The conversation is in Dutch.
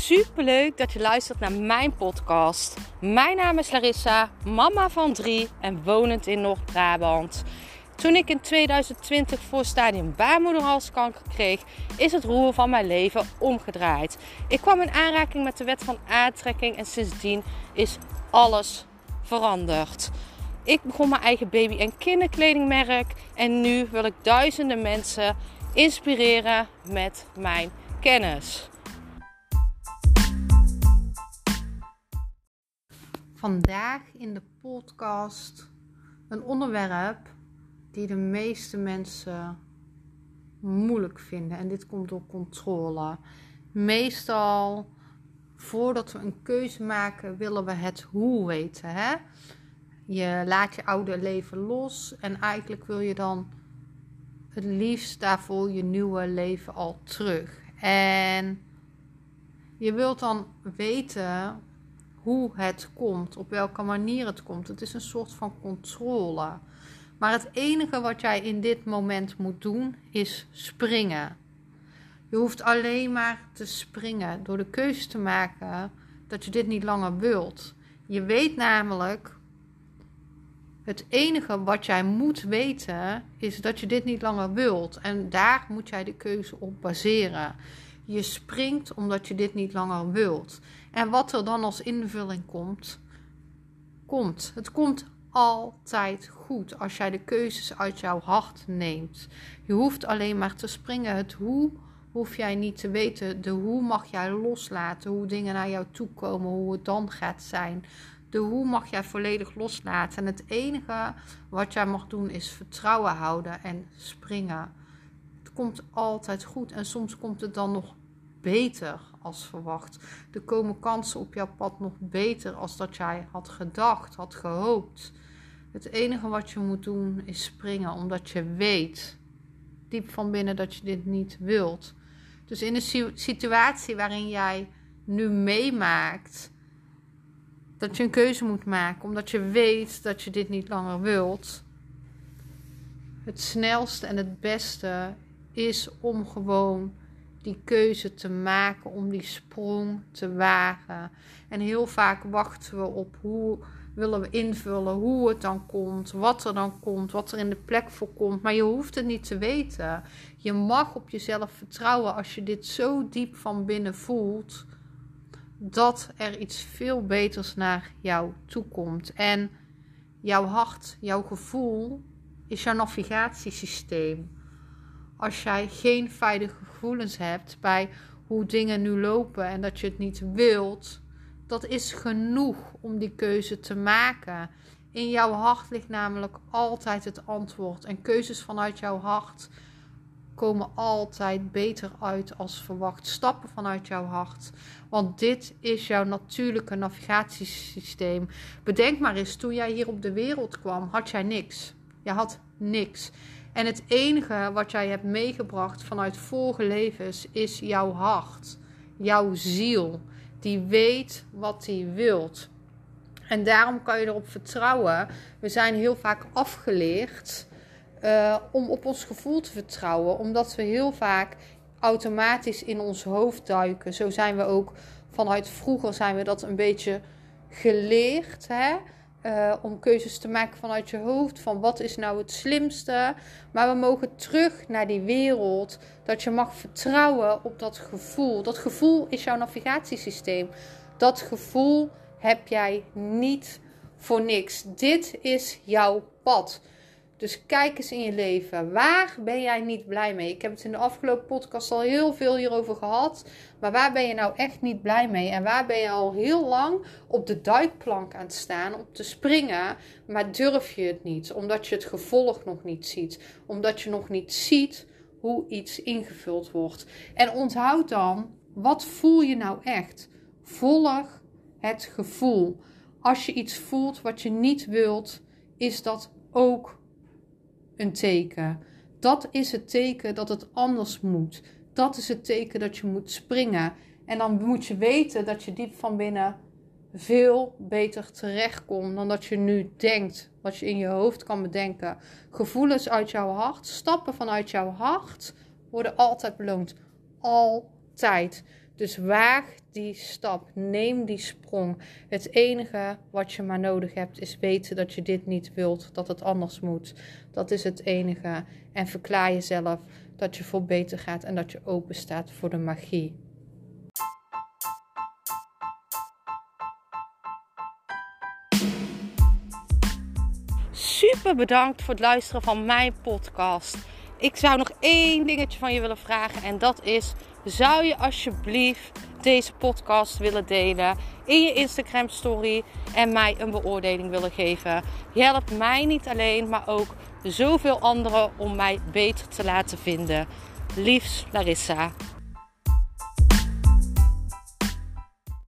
Superleuk dat je luistert naar mijn podcast. Mijn naam is Larissa, mama van 3 en wonend in Noord-Brabant. Toen ik in 2020 voor stadium baarmoederhalskanker kreeg, is het roer van mijn leven omgedraaid. Ik kwam in aanraking met de wet van aantrekking en sindsdien is alles veranderd. Ik begon mijn eigen baby- en kinderkledingmerk en nu wil ik duizenden mensen inspireren met mijn kennis. Vandaag in de podcast een onderwerp die de meeste mensen moeilijk vinden. En dit komt door controle. Meestal, voordat we een keuze maken, willen we het hoe weten. Hè? Je laat je oude leven los en eigenlijk wil je dan het liefst daarvoor je nieuwe leven al terug. En je wilt dan weten hoe het komt, op welke manier het komt. Het is een soort van controle. Maar het enige wat jij in dit moment moet doen, is springen. Je hoeft alleen maar te springen door de keuze te maken dat je dit niet langer wilt. Je weet namelijk, het enige wat jij moet weten, is dat je dit niet langer wilt. En daar moet jij de keuze op baseren. Je springt omdat je dit niet langer wilt. En wat er dan als invulling komt. Het komt altijd goed als jij de keuzes uit jouw hart neemt. Je hoeft alleen maar te springen. Het hoe hoef jij niet te weten. De hoe mag jij loslaten. Hoe dingen naar jou toe komen. Hoe het dan gaat zijn. De hoe mag jij volledig loslaten. En het enige wat jij mag doen is vertrouwen houden en springen. Het komt altijd goed. En soms komt het dan nog beter als verwacht. Er komen kansen op jouw pad nog beter als dat jij had gedacht, had gehoopt. Het enige wat je moet doen is springen, omdat je weet diep van binnen dat je dit niet wilt. Dus in de situatie waarin jij nu meemaakt dat je een keuze moet maken, omdat je weet dat je dit niet langer wilt, het snelste en het beste is om gewoon die keuze te maken, om die sprong te wagen. En heel vaak wachten we op hoe willen we invullen, hoe het dan komt, wat er dan komt, wat er in de plek voor komt. Maar je hoeft het niet te weten. Je mag op jezelf vertrouwen als je dit zo diep van binnen voelt, dat er iets veel beters naar jou toe komt. En jouw hart, jouw gevoel, is jouw navigatiesysteem. Als jij geen veilige gevoelens hebt bij hoe dingen nu lopen en dat je het niet wilt, dat is genoeg om die keuze te maken. In jouw hart ligt namelijk altijd het antwoord. En keuzes vanuit jouw hart komen altijd beter uit als verwacht. Stappen vanuit jouw hart. Want dit is jouw natuurlijke navigatiesysteem. Bedenk maar eens, toen jij hier op de wereld kwam, had jij niks. Je had niks. En het enige wat jij hebt meegebracht vanuit vorige levens is jouw hart. Jouw ziel. Die weet wat die wilt. En daarom kan je erop vertrouwen. We zijn heel vaak afgeleerd om op ons gevoel te vertrouwen. Omdat we heel vaak automatisch in ons hoofd duiken. Zo zijn we ook vanuit vroeger zijn we dat een beetje geleerd, hè? Om keuzes te maken vanuit je hoofd. Van wat is nou het slimste. Maar we mogen terug naar die wereld. Dat je mag vertrouwen op dat gevoel. Dat gevoel is jouw navigatiesysteem. Dat gevoel heb jij niet voor niks. Dit is jouw pad. Dus kijk eens in je leven. Waar ben jij niet blij mee? Ik heb het in de afgelopen podcast al heel veel hierover gehad. Maar waar ben je nou echt niet blij mee? En waar ben je al heel lang op de duikplank aan het staan, op te springen, maar durf je het niet? Omdat je het gevolg nog niet ziet. Omdat je nog niet ziet hoe iets ingevuld wordt. En onthoud dan, wat voel je nou echt? Volg het gevoel. Als je iets voelt wat je niet wilt, is dat ook een teken. Dat is het teken dat het anders moet. Dat is het teken dat je moet springen. En dan moet je weten dat je diep van binnen veel beter terechtkomt dan dat je nu denkt. Wat je in je hoofd kan bedenken. Gevoelens uit jouw hart, stappen vanuit jouw hart worden altijd beloond. Altijd. Dus waag die stap. Neem die sprong. Het enige wat je maar nodig hebt is weten dat je dit niet wilt. Dat het anders moet. Dat is het enige. En verklaar jezelf dat je voor beter gaat en dat je open staat voor de magie. Super bedankt voor het luisteren van mijn podcast. Ik zou nog 1 dingetje van je willen vragen. En dat is, zou je alsjeblieft deze podcast willen delen in je Instagram story en mij een beoordeling willen geven? Je helpt mij niet alleen, maar ook zoveel anderen om mij beter te laten vinden. Liefs, Larissa.